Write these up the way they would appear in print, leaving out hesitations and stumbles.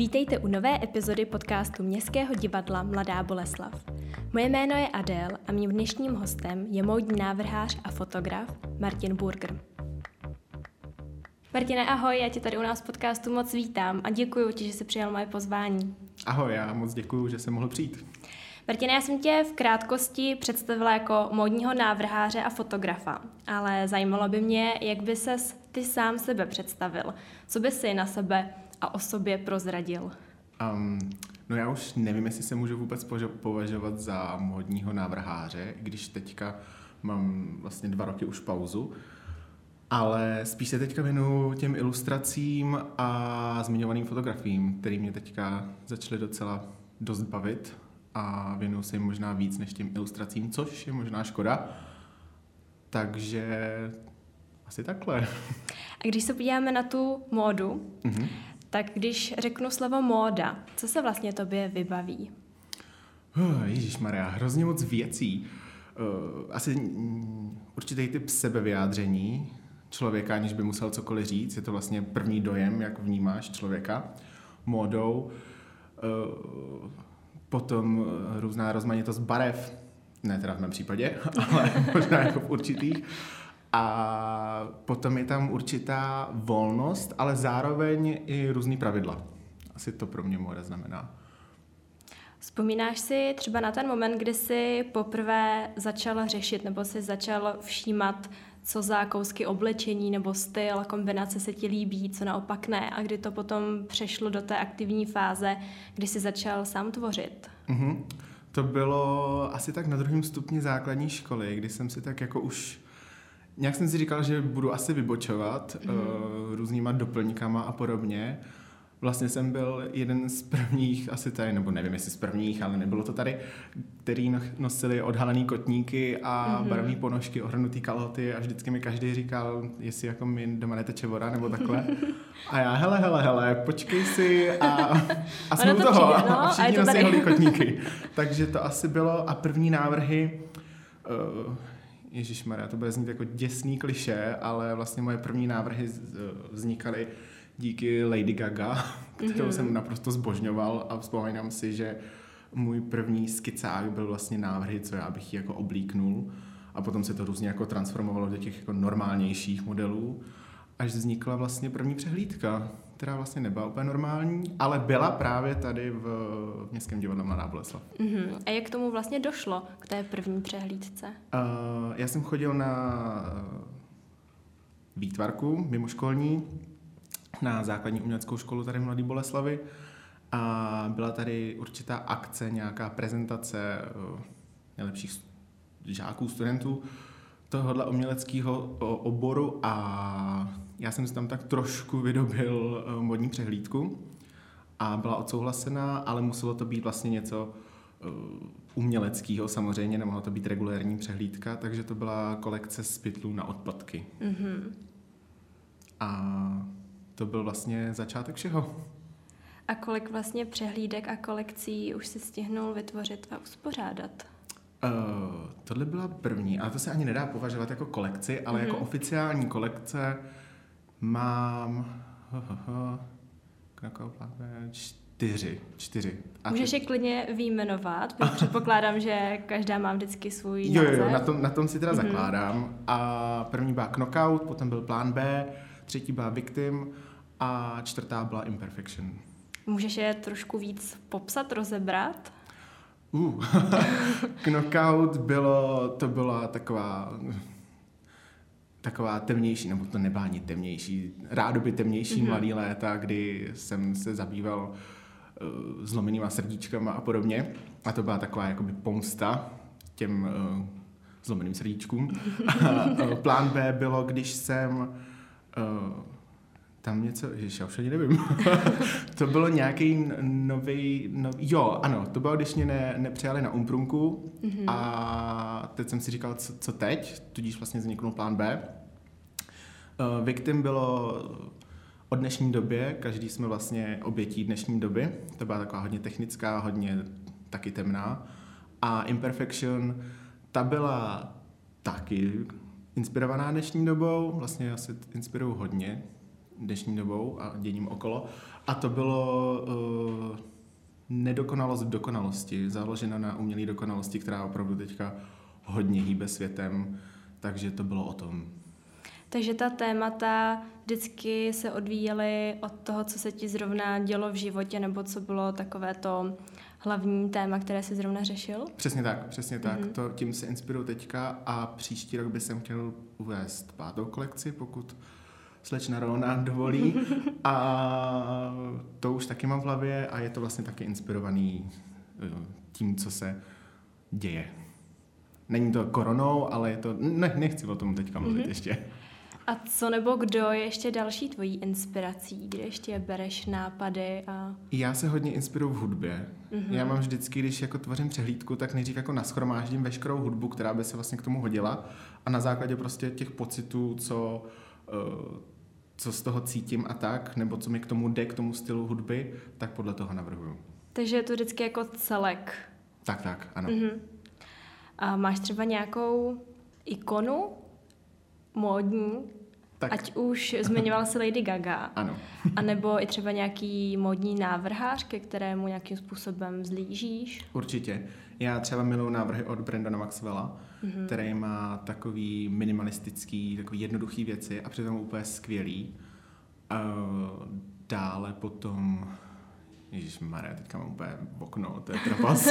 Vítejte u nové epizody podcastu Městského divadla Mladá Boleslav. Moje jméno je Adél a mým dnešním hostem je módní návrhář a fotograf Martin Burger. Martine, ahoj, já tě tady u nás v podcastu moc vítám a děkuji ti, že jsi přijal moje pozvání. Ahoj, já moc děkuji, že jsem mohl přijít. Martine, já jsem tě v krátkosti představila jako módního návrháře a fotografa, ale zajímalo by mě, jak by ses ty sám sebe představil. Co by si na sebe a o sobě prozradil? No já už nevím, jestli se můžu vůbec považovat za módního návrháře, když teďka mám vlastně 2 roky už pauzu, ale spíš se teďka věnuju těm ilustracím a zmiňovaným fotografiím, které mě teďka začaly docela dost bavit a věnuju se jim možná víc než těm ilustracím, což je možná škoda. Takže asi takhle. A když se podíváme na tu módu, tak když řeknu slovo móda, co se vlastně tobě vybaví? Ježišmarja, hrozně moc věcí. Asi určitý typ sebevyjádření člověka, aniž by musel cokoliv říct. Je to vlastně první dojem, jak vnímáš člověka módou. Potom různá rozmanitost barev, ne teda v mém případě, ale možná jako v určitých. A potom je tam určitá volnost, ale zároveň i různý pravidla. Asi to pro mě móda znamená. Vzpomínáš si třeba na ten moment, kdy jsi poprvé začal řešit nebo jsi začal všímat, co za kousky oblečení nebo styl, kombinace se ti líbí, co naopak ne, a kdy to potom přešlo do té aktivní fáze, kdy jsi začal sám tvořit? To bylo asi tak na 2. stupni základní školy, kdy jsem si tak jako už nějak jsem si říkal, že budu asi vybočovat různýma doplňkama a podobně. Vlastně jsem byl jeden z prvních, asi tady, nebo nevím jestli z prvních, ale nebylo to tady, který nosili odhalený kotníky a barevné ponožky, ohrnutý kalhoty a vždycky mi každý říkal, jestli jako mi doma neteče voda nebo takhle. A já, hele, počkej si a jsme u toho. A všichni nosí holý kotníky. Takže to asi bylo a první návrhy, ježišmarja, to bude znít jako děsný klišé, ale vlastně moje první návrhy vznikaly díky Lady Gaga, kterou jsem naprosto zbožňoval a vzpomínám si, že můj první skicák byl vlastně návrhy, co já bych ji jako oblíknul a potom se to různě jako transformovalo do těch jako normálnějších modelů, až vznikla vlastně první přehlídka, která vlastně nebyla úplně normální, ale byla právě tady v Městském divadle Mladá Boleslav. A jak k tomu vlastně došlo, k té první přehlídce? Já jsem chodil na výtvarku mimoškolní, na základní uměleckou školu tady v Mladé Boleslavi a byla tady určitá akce, nějaká prezentace nejlepších žáků, studentů tohohle uměleckého oboru a já jsem si tam tak trošku vydobil modní přehlídku a byla odsouhlasená, ale muselo to být vlastně něco uměleckého samozřejmě, nemohla to být regulérní přehlídka, takže to byla kolekce z pytlů na odpadky. A to byl vlastně začátek všeho. A kolik vlastně přehlídek a kolekcí už si stihnul vytvořit a uspořádat? Tohle byla první, ale to se ani nedá považovat jako kolekci, ale jako oficiální kolekce mám 4. Můžeš je klidně vyjmenovat, protože předpokládám, že každá má vždycky svůj název. Jo, na tom si teda zakládám. A první byla Knockout, potom byl Plán B, 3. byla Victim a 4. byla Imperfection. Můžeš je trošku víc popsat, rozebrat? Knockout to byla taková temnější, nebo to nebyla ani temnější, rádoby temnější mladý léta, kdy jsem se zabýval zlomenýma srdíčkama a podobně. A to byla taková jakoby pomsta těm zlomeným srdíčkům. Plán B bylo, když jsem tam něco, já už ani nevím. To bylo nějaký nový, to bylo, když mě nepřijali na Umprumku a teď jsem si říkal, co teď, tudíž vlastně vzniknul Plán B. Victim bylo o dnešní době, každý jsme vlastně obětí dnešní doby, to byla taková hodně technická, hodně taky temná. A Imperfection, ta byla taky inspirovaná dnešní dobou, vlastně já se inspiruju hodně dnešní dobou a děním okolo. A to bylo nedokonalost dokonalosti, založena na umělé dokonalosti, která opravdu teďka hodně hýbe světem, takže to bylo o tom. Takže ta témata vždycky se odvíjely od toho, co se ti zrovna dělo v životě, nebo co bylo takové to hlavní téma, které jsi zrovna řešil? Přesně tak. To, tím se inspiruju teďka a příští rok bych chtěl uvést 5. kolekci, pokud slečna Rona dovolí. A to už taky mám v hlavě a je to vlastně taky inspirovaný tím, co se děje. Není to koronou, ale je to... Nechci o tom teďka mluvit ještě. A co nebo kdo je ještě další tvojí inspirací? Kde ještě bereš nápady? Já se hodně inspiruju v hudbě. Já mám vždycky, když jako tvořím přehlídku, tak nejdřív jako nashromáždím veškerou hudbu, která by se vlastně k tomu hodila a na základě prostě těch pocitů, co z toho cítím a tak, nebo co mi k tomu jde, k tomu stylu hudby, tak podle toho navrhuju. Takže je to vždycky jako celek. Tak, ano. A máš třeba nějakou ikonu módní, tak. Ať už zmiňoval si Lady Gaga, ano. A nebo i třeba nějaký módní návrhář, ke kterému nějakým způsobem vzlížíš? Určitě. Já třeba miluji návrhy od Brendana Maxwella, který má takový minimalistický, takový jednoduchý věci a přitom úplně skvělý. Dále potom... Ježišmarja, teďka mám úplně okno, to je trapas.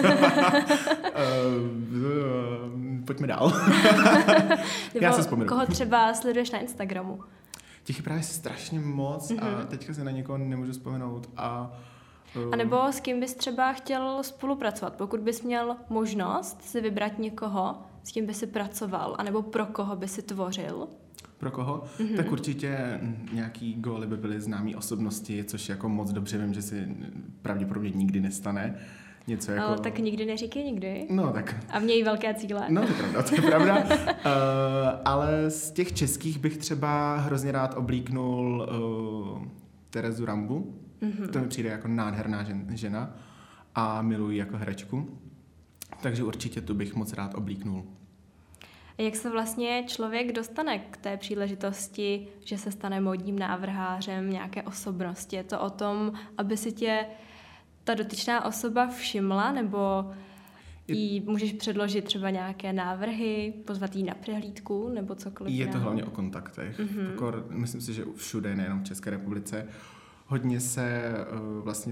Pojďme dál. Já se vzpomenu. Koho třeba sleduješ na Instagramu? Těch je právě strašně moc a teďka se na někoho nemůžu vzpomenout. A nebo s kým bys třeba chtěl spolupracovat? Pokud bys měl možnost si vybrat někoho, s kým by si pracoval, anebo pro koho by si tvořil? Pro koho? Tak určitě nějaký góly by byly známý osobnosti, což jako moc dobře vím, že si pravděpodobně nikdy nestane. Něco jako... Ale tak nikdy neříkej nikdy. No tak. A měj velké cíle. No to je pravda. Ale z těch českých bych třeba hrozně rád oblíknul Terezu Rambu. To mi přijde jako nádherná žena a miluji jako herečku. Takže určitě tu bych moc rád oblíknul. Jak se vlastně člověk dostane k té příležitosti, že se stane módním návrhářem nějaké osobnosti? Je to o tom, aby si tě ta dotyčná osoba všimla, nebo jí můžeš předložit třeba nějaké návrhy, pozvat jí na přehlídku, nebo cokoliv? Je to hlavně o kontaktech. Myslím si, že všude, nejenom v České republice, hodně se vlastně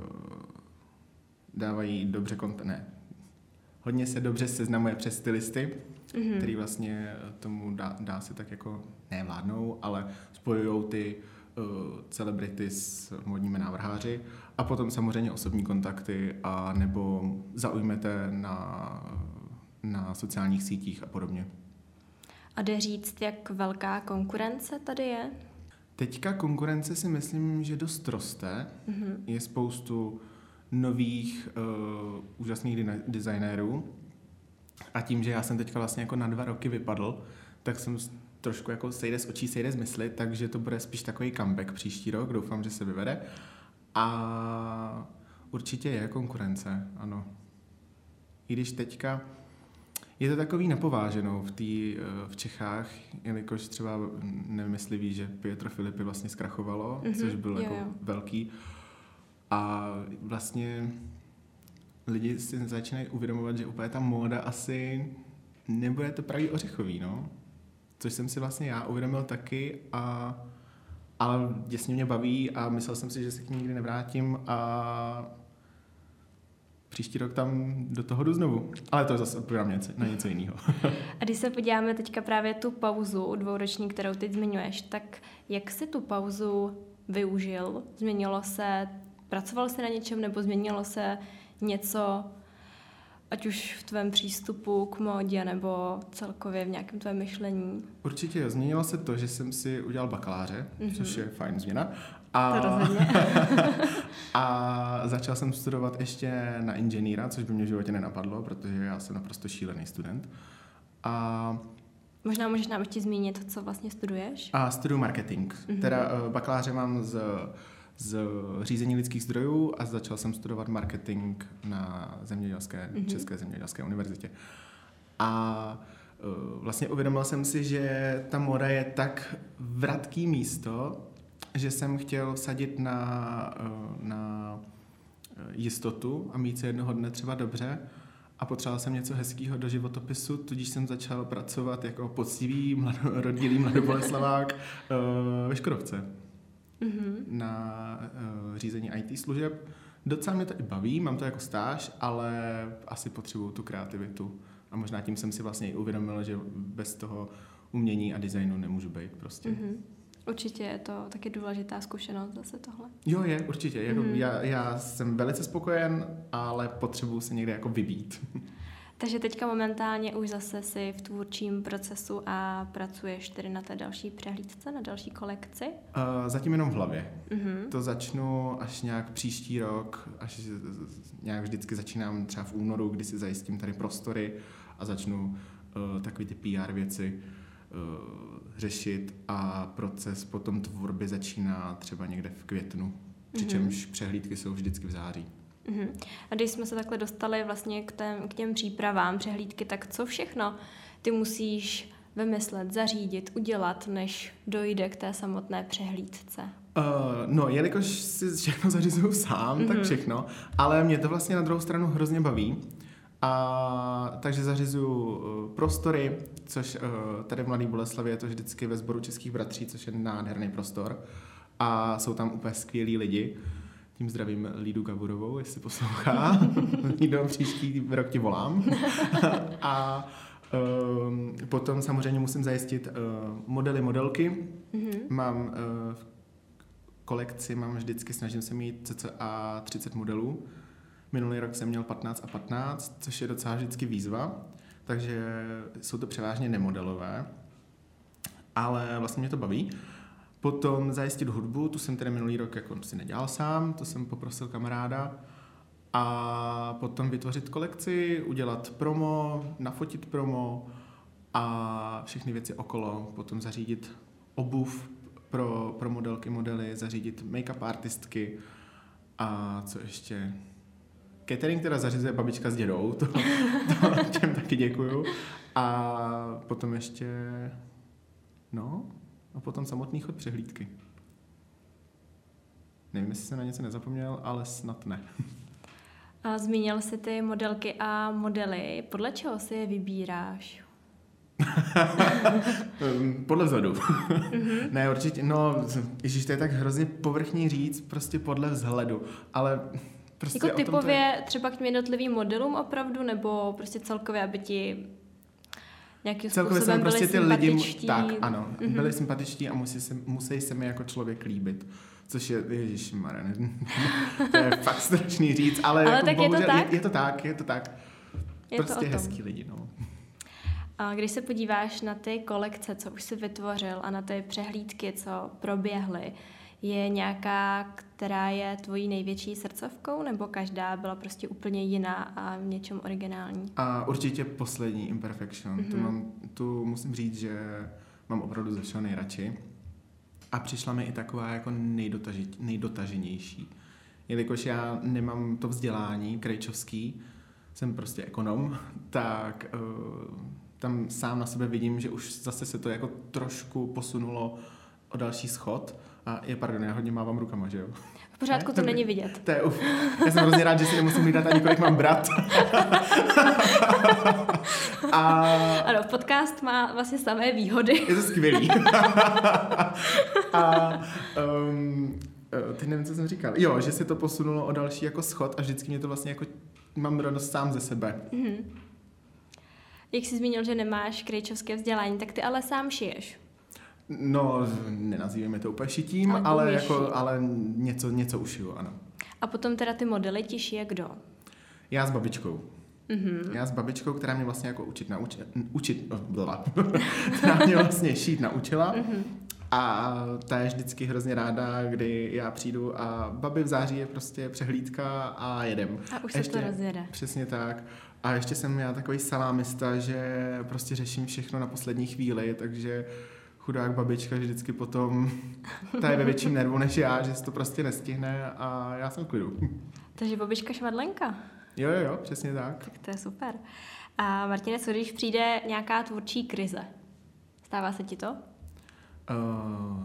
dávají dobře hodně se dobře seznamuje přes stylisty, který vlastně tomu dá se tak jako nevládnou, ale spojujou ty celebrity s módními návrháři a potom samozřejmě osobní kontakty a nebo zaujmete na sociálních sítích a podobně. A jde říct, jak velká konkurence tady je? Teďka konkurence si myslím, že dost roste. Je spoustu nových úžasných designérů a tím, že já jsem teďka vlastně jako na 2 roky vypadl, tak jsem trošku jako sejde z očí, sejde z mysli, takže to bude spíš takový comeback příští rok, doufám, že se vyvede a určitě je konkurence, ano. I když teďka je to takový napováženou v Čechách, jelikož třeba nevím, jestli víš, že Pietro Filippi vlastně zkrachovalo, což bylo jako velký. A vlastně lidi si začínají uvědomovat, že úplně ta móda asi nebude to pravý ořechový, no. Což jsem si vlastně já uvědomil taky, ale děsně mě baví a myslel jsem si, že se k ní nikdy nevrátím a příští rok tam do toho jdu znovu. Ale to je zase program na něco jiného. A když se podíváme teďka právě tu pauzu 2roční, kterou teď zmiňuješ, tak jak jsi tu pauzu využil? Změnilo se, pracoval jsi na něčem nebo změnilo se něco, ať už v tvém přístupu k módě nebo celkově v nějakém tvém myšlení? Určitě změnilo se to, že jsem si udělal bakaláře, což je fajn změna. A začal jsem studovat ještě na inženýra, což by mě v životě nenapadlo, protože já jsem naprosto šílený student. Možná můžeš nám ještě zmínit, co vlastně studuješ? A studuju marketing. Teda bakaláře mám z řízení lidských zdrojů a začal jsem studovat marketing na České zemědělské univerzitě. A vlastně uvědomil jsem si, že ta móda je tak vratký místo že jsem chtěl vsadit na jistotu a mít se jednoho dne třeba dobře a potřeboval jsem něco hezkého do životopisu, tudíž jsem začal pracovat jako poctivý rodilý mladoboleslavák ve Škodovce na řízení IT služeb. Docela mě to i baví, mám to jako stáž, ale asi potřebuju tu kreativitu a možná tím jsem si vlastně i uvědomil, že bez toho umění a designu nemůžu být prostě. Určitě je to taky důležitá zkušenost zase tohle. Jo, je, určitě. Jako já jsem velice spokojen, ale potřebuji se někde jako vybít. Takže teďka momentálně už zase si v tvůrčím procesu a pracuješ tedy na té další přehlídce, na další kolekci? Zatím jenom v hlavě. To začnu až nějak příští rok, až nějak vždycky začínám třeba v únoru, kdy si zajistím tady prostory a začnu takové ty PR věci řešit a proces potom tvorby začíná třeba někde v květnu, přičemž přehlídky jsou vždycky v září. A když jsme se takhle dostali vlastně k těm přípravám přehlídky, tak co všechno ty musíš vymyslet, zařídit, udělat, než dojde k té samotné přehlídce? Jelikož si všechno zařizuju sám, tak všechno, ale mě to vlastně na druhou stranu hrozně baví. Takže zařizuju prostory, což tady v Mladé Boleslavi je to vždycky ve Sboru českých bratří, což je nádherný prostor. A jsou tam úplně skvělí lidi. Tím zdravím Lídu Gaburovou, jestli poslouchá. Lído, příští rok ti volám. A potom samozřejmě musím zajistit modely, modelky. Mám v kolekci, vždycky, snažím se mít cca 30 modelů. Minulý rok jsem měl 15 a 15, což je docela vždycky výzva, takže jsou to převážně nemodelové, ale vlastně mě to baví. Potom zajistit hudbu, tu jsem tedy minulý rok jako si nedělal sám, to jsem poprosil kamaráda. A potom vytvořit kolekci, udělat promo, nafotit promo a všechny věci okolo. Potom zařídit obuv pro modelky, modely, zařídit make-up artistky a co ještě... Catering teda zařizuje babička s dědou, to těm taky děkuju. A potom ještě, a potom samotný chod přehlídky. Nevím, jestli jsem na něco nezapomněl, ale snad ne. A zmínil jsi ty modelky a modely. Podle čeho si je vybíráš? Podle vzhledu. Ne, určitě, ježiš, to je tak hrozně povrchní říct, prostě podle vzhledu, ale... Prostě jako typově třeba k těm jednotlivým modelům opravdu, nebo prostě celkově, aby ti nějakým způsobem byli prostě sympatičtí? Lidi, tak, ano, byli sympatičtí a musí se mi jako člověk líbit. Což je, ježišmarja, to je fakt strašný říct, ale jako tak bohužel, je to tak? Je to tak. Je prostě to hezký lidi, A když se podíváš na ty kolekce, co už jsi vytvořil a na ty přehlídky, co proběhly, je nějaká, která je tvojí největší srdcovkou, nebo každá byla prostě úplně jiná a v něčem originální? A určitě poslední Imperfection. Tu musím říct, že mám opravdu ze všeho nejradši. A přišla mi i taková jako nejdotaženější. Jelikož já nemám to vzdělání krejčovský, jsem prostě ekonom, tak tam sám na sebe vidím, že už zase se to jako trošku posunulo o další schod. A já hodně mávám rukama, že jo? V pořádku, to není vidět. To je Já jsem hrozně rád, že si nemusím hlídat ani kolik mám brat. Ano, podcast má vlastně samé výhody. Je to skvělý. Teď nevím, co jsem říkal. Jo, že se to posunulo o další jako schod a vždycky mě to vlastně jako mám radost sám ze sebe. Jak jsi zmínil, že nemáš krejčovské vzdělání, tak ty ale sám šiješ. Nenazýváme to úplně šitím, ale něco ušiju, ano. A potom teda ty modely ti šije kdo? Já s babičkou. Já s babičkou, která mě vlastně jako která mě vlastně šít naučila. A ta je vždycky hrozně ráda, kdy já přijdu a babi v září je prostě přehlídka a jedem. A už se to rozjede. Přesně tak. A ještě jsem já takový salámista, že prostě řeším všechno na poslední chvíli, takže chudák babička vždycky potom ta je ve větším nervu než já, že se to prostě nestihne a já jsem v klidu. Takže babička švadlenka. Jo, přesně tak. Tak to je super. A Martine, co když přijde nějaká tvůrčí krize? Stává se ti to?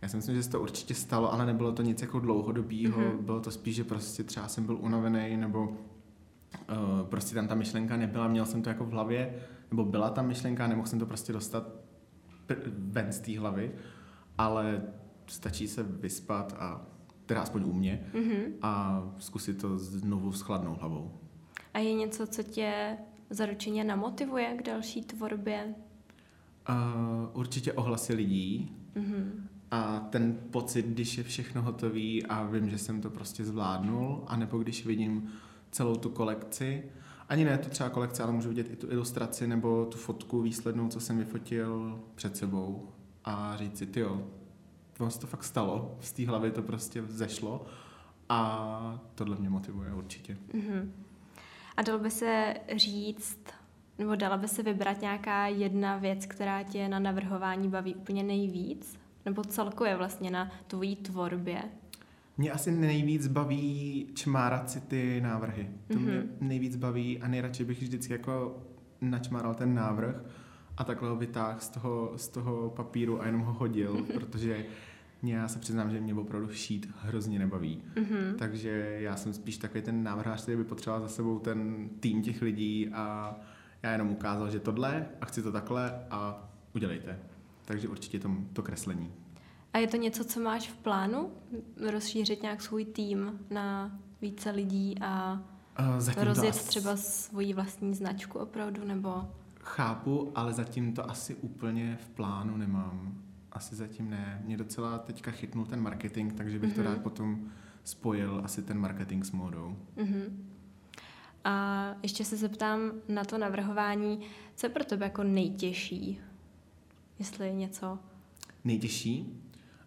Já si myslím, že se to určitě stalo, ale nebylo to nic jako dlouhodobýho, bylo to spíš, že prostě třeba jsem byl unavený, nebo prostě tam ta myšlenka nebyla, měl jsem to jako v hlavě, nebo byla tam myšlenka, nemohl jsem to prostě dostat ven z té hlavy, ale stačí se vyspat a teda aspoň u mě a zkusit to znovu s chladnou hlavou. A je něco, co tě zaručeně namotivuje k další tvorbě? Určitě ohlasy lidí a ten pocit, když je všechno hotový a vím, že jsem to prostě zvládnul, anebo když vidím celou tu kolekci, ani ne tu třeba kolekci, ale můžu vidět i tu ilustraci nebo tu fotku výslednou, co jsem vyfotil před sebou a říct si, tyjo, ono se to fakt stalo, z té hlavy to prostě vzešlo a tohle mě motivuje určitě. A dalo by se říct, nebo dala by se vybrat nějaká jedna věc, která tě na navrhování baví úplně nejvíc? Nebo celkově vlastně na tvojí tvorbě? Mě asi nejvíc baví čmárat si ty návrhy. To mě nejvíc baví a nejradši bych vždycky jako načmáral ten návrh a takhle ho vytáhl z toho papíru a jenom ho hodil, protože já se přiznám, že mě opravdu šít hrozně nebaví. Takže já jsem spíš takový ten návrhář, který by potřeboval za sebou ten tým těch lidí a já jenom ukázal, že tohle a chci to takhle a udělejte. Takže určitě to kreslení. A je to něco, co máš v plánu? Rozšířit nějak svůj tým na více lidí a rozjet třeba svoji vlastní značku opravdu, nebo? Chápu, ale zatím to asi úplně v plánu nemám. Asi zatím ne. Mě docela teďka chytnul ten marketing, takže bych to rád potom spojil asi ten marketing s módou. A ještě se zeptám na to navrhování, co je pro tebe jako nejtěžší? Jestli je něco... Nejtěžší?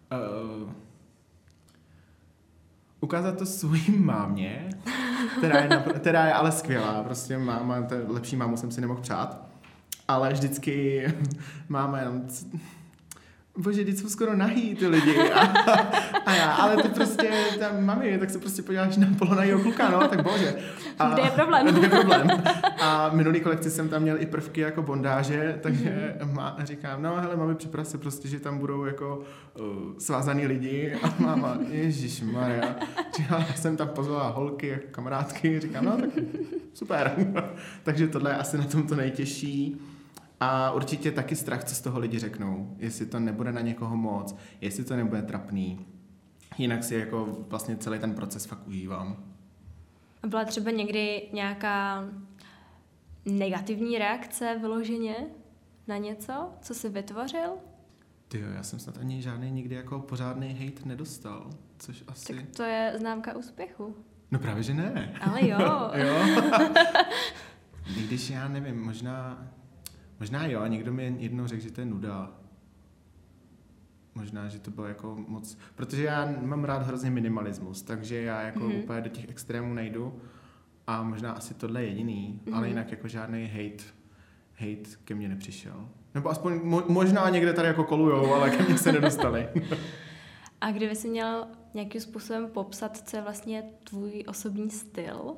Ukázat to svojí mámě, která je ale skvělá, prostě lepší mámu jsem si nemohl přát, ale vždycky máma jenom... Bože, teď jsou skoro nahý ty lidi a já, ale ty prostě, tam mami, tak se prostě podíváš na polonahýho kluka, no, tak bože. Kde je problém? Kde je problém? A minulý kolekci jsem tam měl i prvky jako bondáže, takže říkám, no hele, mami, připrav se prostě, že tam budou jako svázaný lidi a máma, ježišmarja. Já jsem tam pozvala holky, jako kamarádky, říkám, no tak super. Takže tohle je asi na tom to nejtěžší. A určitě taky strach, co z toho lidi řeknou. Jestli to nebude na někoho moc, jestli to nebude trapný. Jinak si jako vlastně celý ten proces fakt užívám. Byla třeba někdy nějaká negativní reakce vyloženě na něco, co jsi vytvořil? Tyjo, já jsem snad ani žádný nikdy jako pořádný hejt nedostal, což asi... Tak to je známka úspěchu. No právě, že ne. Ale jo. Jo. Když já nevím, možná jo, někdo mi jednou řekl, že to je nuda. Možná, že to bylo jako moc... Protože já mám rád hrozně minimalismus, takže já jako úplně do těch extrémů nejdu a možná asi tohle je jediný, ale jinak jako žádný hate ke mně nepřišel. Nebo aspoň možná někde tady jako kolujou, ale ke mně se nedostali. A kdyby jsi měl nějakým způsobem popsat, co je vlastně tvůj osobní styl?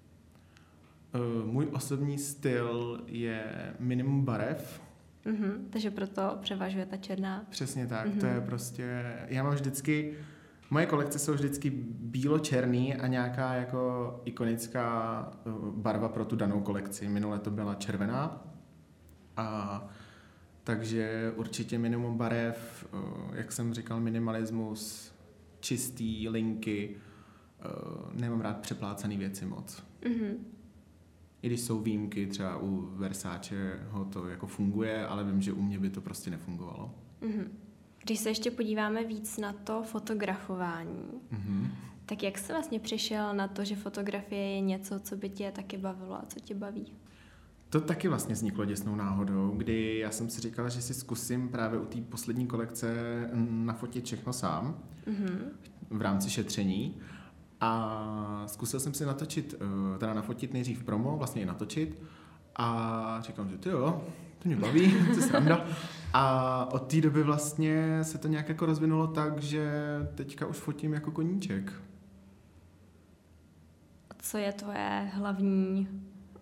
Můj osobní styl je minimum barev. Takže proto převažuje ta černá. Přesně tak, to je prostě, já mám vždycky, moje kolekce jsou vždycky bílo-černý a nějaká jako ikonická barva pro tu danou kolekci. Minule to byla červená a takže určitě minimum barev, jak jsem říkal, minimalismus, čistý linky, nemám rád přeplácaný věci moc. I když jsou výjimky, třeba u Versaceho to jako funguje, ale vím, že u mě by to prostě nefungovalo. Když se ještě podíváme víc na to fotografování, tak jak jsi vlastně přišel na to, že fotografie je něco, co by tě taky bavilo a co tě baví? To taky vlastně vzniklo děsnou náhodou, kdy já jsem si říkala, že si zkusím právě u té poslední kolekce nafotit všechno sám v rámci šetření. A zkusil jsem si nafotit nejdřív promo, vlastně i natočit. A říkám, že to mě baví, to je sranda. A od té doby vlastně se to nějak jako rozvinulo tak, že teďka už fotím jako koníček. Co je tvoje hlavní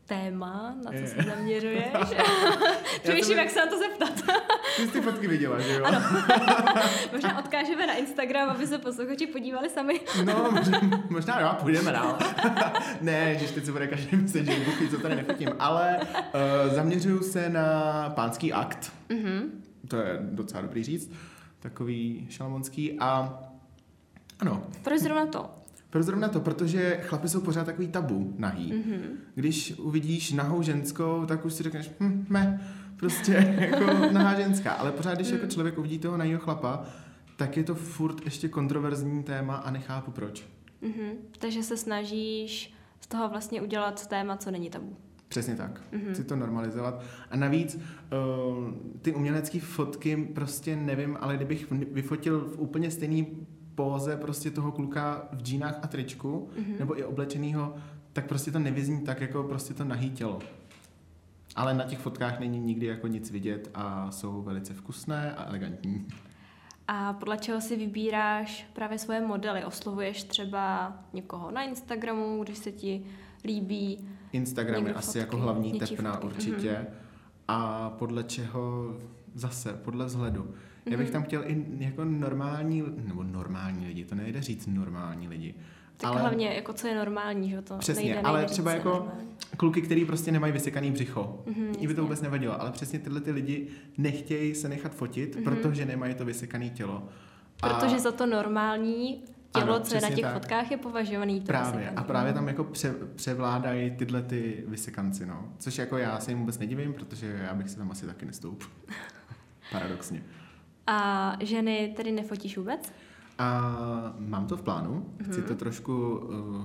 téma, na co se zaměřuješ? Přemýšlím, jak se na to zeptat. Ty jsi ty fotky viděla, že jo? Ano. Možná odkážeme na Instagram, aby se posluchači podívali sami. No, možná jo, půjdeme dál. Ne, že teď se bude každý myslet, že buchy, co tady nefotím. Ale zaměřuju se na pánský akt. Mm-hmm. To je docela dobrý říct. Takový šalamonský. A ano. Proč zrovna to? Proč zrovna to? Protože chlapi jsou pořád takový tabu nahý. Mm-hmm. Když uvidíš nahou ženskou, tak už si řekneš, prostě jako nahá ženská. Ale pořád, když jako člověk uvidí toho nahýho chlapa, tak je to furt ještě kontroverzní téma a nechápu proč. Mm-hmm. Takže se snažíš z toho vlastně udělat téma, co není tabu. Přesně tak. Chci to normalizovat. A navíc ty umělecké fotky prostě nevím, ale kdybych vyfotil v úplně stejný póze prostě toho kluka v džínách a tričku, nebo i oblečenýho, tak prostě to nevyzní tak jako prostě to nahý tělo. Ale na těch fotkách není nikdy jako nic vidět a jsou velice vkusné a elegantní. A podle čeho si vybíráš právě svoje modely? Oslovuješ třeba někoho na Instagramu, když se ti líbí? Instagram je asi fotky, jako hlavní tepna určitě. A podle čeho zase, podle vzhledu. Já bych tam chtěl i jako normální lidi, to nejde říct normální lidi. Tak ale hlavně, jako co je normální, že to přesně, nejde ale třeba říct, jako normální. Kluky, který prostě nemají vysekaný břicho. I by to vůbec nevadilo, ale přesně tyhle ty lidi nechtějí se nechat fotit, protože nemají to vysekaný tělo. Protože za to normální tělo, ano, co je na těch fotkách, je považovaný to právě. vysekaný. A právě tam jako převládají tyhle ty vysekanci, no. Což jako já se jim vůbec nedivím, protože já bych se tam asi taky nestoupil. Paradoxně. A ženy tedy nefotíš vůbec? A mám to v plánu, chci to trošku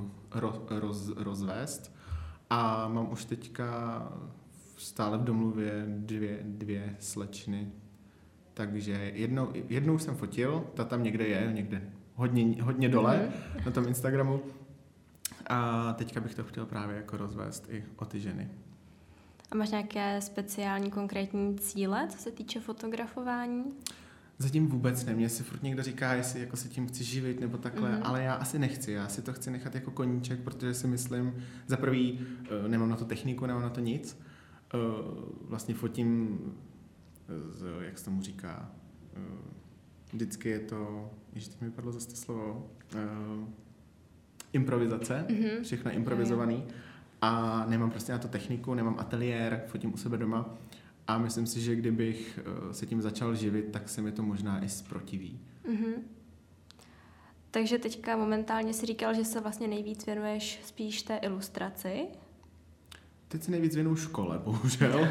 rozvést a mám už teďka stále v domluvě dvě slečny, takže jednou jsem fotil, ta tam někde je, někde hodně dole na tom Instagramu a teďka bych to chtěl právě jako rozvést i o ty ženy. A máš nějaké speciální konkrétní cíle, co se týče fotografování? Zatím vůbec ne. Mně si furt někdo říká, jestli jako se tím chci živit nebo takhle, ale já asi nechci. Já si to chci nechat jako koníček, protože si myslím, za prvý nemám na to techniku, nemám na to nic. Vlastně fotím, jak se tomu říká, vždycky je to, ještě teď mi padlo zase to slovo, improvizace, všechno improvizovaný. A nemám prostě na to techniku, nemám ateliér, fotím u sebe doma. A myslím si, že kdybych se tím začal živit, tak se mi to možná i zprotiví. Takže teďka momentálně si říkal, že se vlastně nejvíc věnuješ spíš té ilustraci. Teď se nejvíc věnuju škole, bohužel.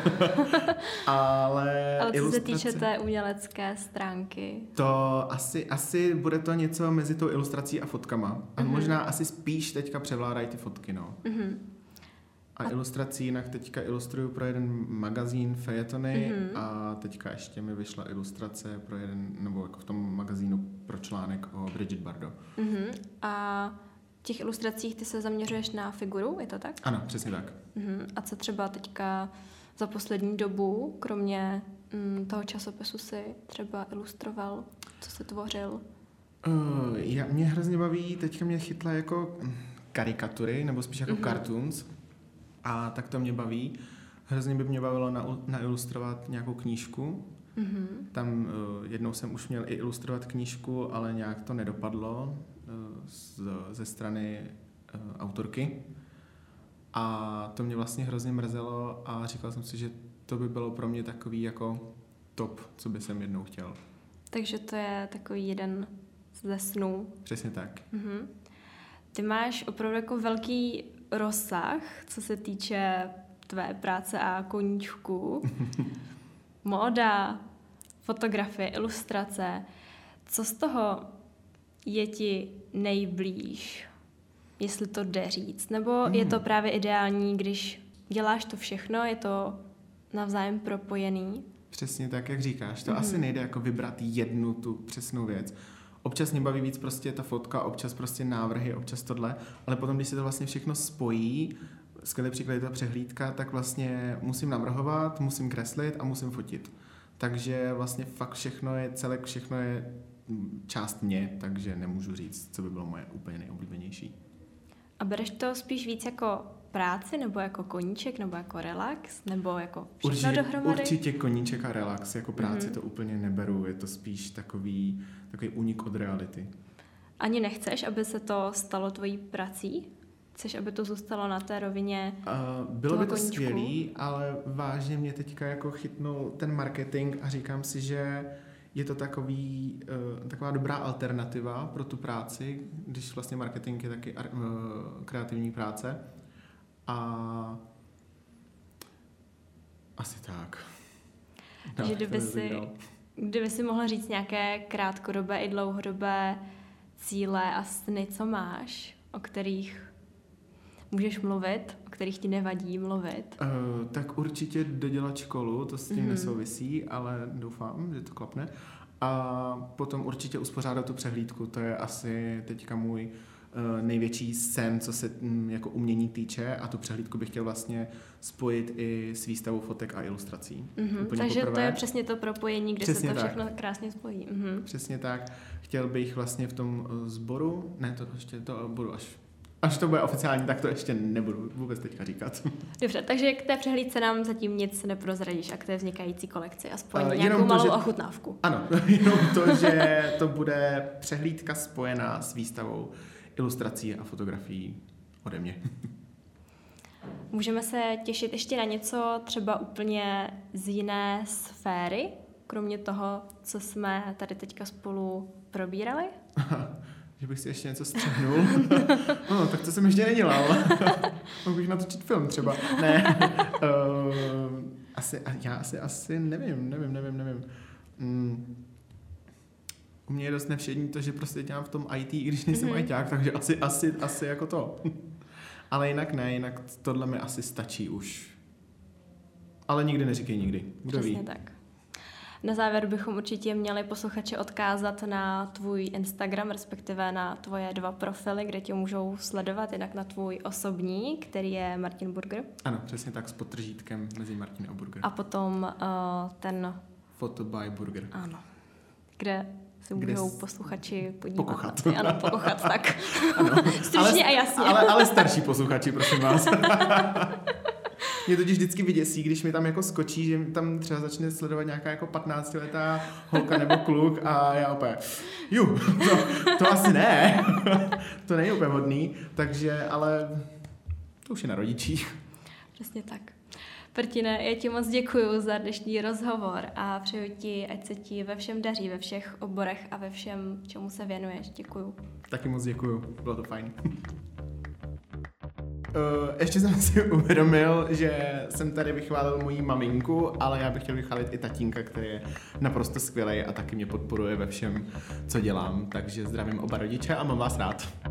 Ale co se týče té umělecké stránky? To asi bude to něco mezi tou ilustrací a fotkama. A možná asi spíš teďka převládají ty fotky, no. A ilustrací, jinak teďka ilustruju pro jeden magazín Fejetony a teďka ještě mi vyšla ilustrace pro nebo jako v tom magazínu pro článek o Bridget Bardot. A v těch ilustracích ty se zaměřuješ na figuru, je to tak? Ano, přesně tak. A co třeba teďka za poslední dobu, kromě toho časopisu si třeba ilustroval, co jsi tvořil? Mě hrozně baví, teďka mě chytla jako karikatury, nebo spíš jako cartoons. A tak to mě baví. Hrozně by mě bavilo nailustrovat nějakou knížku. Tam jednou jsem už měl i ilustrovat knížku, ale nějak to nedopadlo ze strany autorky. A to mě vlastně hrozně mrzelo a říkal jsem si, že to by bylo pro mě takový jako top, co by jsem jednou chtěl. Takže to je takový jeden ze snů. Přesně tak. Ty máš opravdu jako velký rozsah, co se týče tvé práce a koníčku. Móda, fotografie, ilustrace. Co z toho je ti nejblíž? Jestli to jde říct. Nebo je to právě ideální, když děláš to všechno, je to navzájem propojený? Přesně tak, jak říkáš. To asi nejde jako vybrat jednu tu přesnou věc. Občas mě baví víc prostě ta fotka, občas prostě návrhy, občas tohle, ale potom, když se to vlastně všechno spojí, skvělý příklad je ta přehlídka, tak vlastně musím navrhovat, musím kreslit a musím fotit. Takže vlastně fakt všechno je část mě, takže nemůžu říct, co by bylo moje úplně nejoblíbenější. A bereš to spíš víc jako práci, nebo jako koníček, nebo jako relax, nebo jako všechno dohromady? Určitě koníček a relax, jako práci to úplně neberu, je to spíš takový únik od reality. Ani nechceš, aby se to stalo tvojí prací? Chceš, aby to zůstalo na té rovině Bylo by to koníčku? skvělý, ale vážně mě teďka jako chytnul ten marketing a říkám si, že je to taková dobrá alternativa pro tu práci, když vlastně marketing je taky kreativní práce. A asi tak. Takže kdyby si mohl říct nějaké krátkodobé i dlouhodobé cíle a sny, co máš, o kterých můžeš mluvit, o kterých ti nevadí mluvit? Tak určitě dodělat školu, to s tím nesouvisí, ale doufám, že to klapne. A potom určitě uspořádat tu přehlídku, to je asi teďka můj největší sen, co se jako umění týče, a tu přehlídku bych chtěl vlastně spojit i s výstavou fotek a ilustrací. Takže poprvé. To je přesně to propojení, kde přesně se to tak. všechno krásně spojí. Přesně tak. Chtěl bych vlastně v tom sboru, to budu až to bude oficiální, tak to ještě nebudu vůbec teďka říkat. Dobře, takže k té přehlídce nám zatím nic neprozradíš a k té vznikající kolekci, aspoň nějakou malou ochutnávku. Ano, jenom to, že to bude přehlídka spojená s výstavou ilustrací a fotografií ode mě. Můžeme se těšit ještě na něco třeba úplně z jiné sféry, kromě toho, co jsme tady teďka spolu probírali? Že bych si ještě něco střihnul. No, tak to jsem ještě nedělal. Mohl bych natočit film třeba. Ne. Asi nevím. U mě je dost nevšední to, že prostě dělám v tom IT, i když nejsem ITák, takže asi jako to. Ale jinak tohle mi asi stačí už. Ale nikdy neříkej nikdy. Kdo ví? Přesně tak. Na závěr bychom určitě měli posluchače odkázat na tvůj Instagram, respektive na tvoje 2 profily, kde tě můžou sledovat, jednak na tvůj osobní, který je Martin Burger. Ano, přesně tak, s podtržítkem mezi Martin a Burger. A potom ten... Photo by Burger. Ano. Kde se můžou posluchači podívat. Pokochat. Ano, pokochat, tak. Stručně a jasně. Ale starší posluchači, prosím vás. Mě totiž vždycky vyděsí, když mi tam jako skočí, že tam třeba začne sledovat nějaká jako 15letá holka nebo kluk a já opět, to asi ne. To není úplně hodný, takže, ale to už je na rodičích. Přesně tak. Martine, já ti moc děkuju za dnešní rozhovor a přeju ti, ať se ti ve všem daří, ve všech oborech a ve všem, čemu se věnuješ. Děkuju. Taky moc děkuju, bylo to fajn. Ještě jsem si uvědomil, že jsem tady vychválil moji maminku, ale já bych chtěl vychválit i tatínka, který je naprosto skvělej a taky mě podporuje ve všem, co dělám. Takže zdravím oba rodiče a mám vás rád.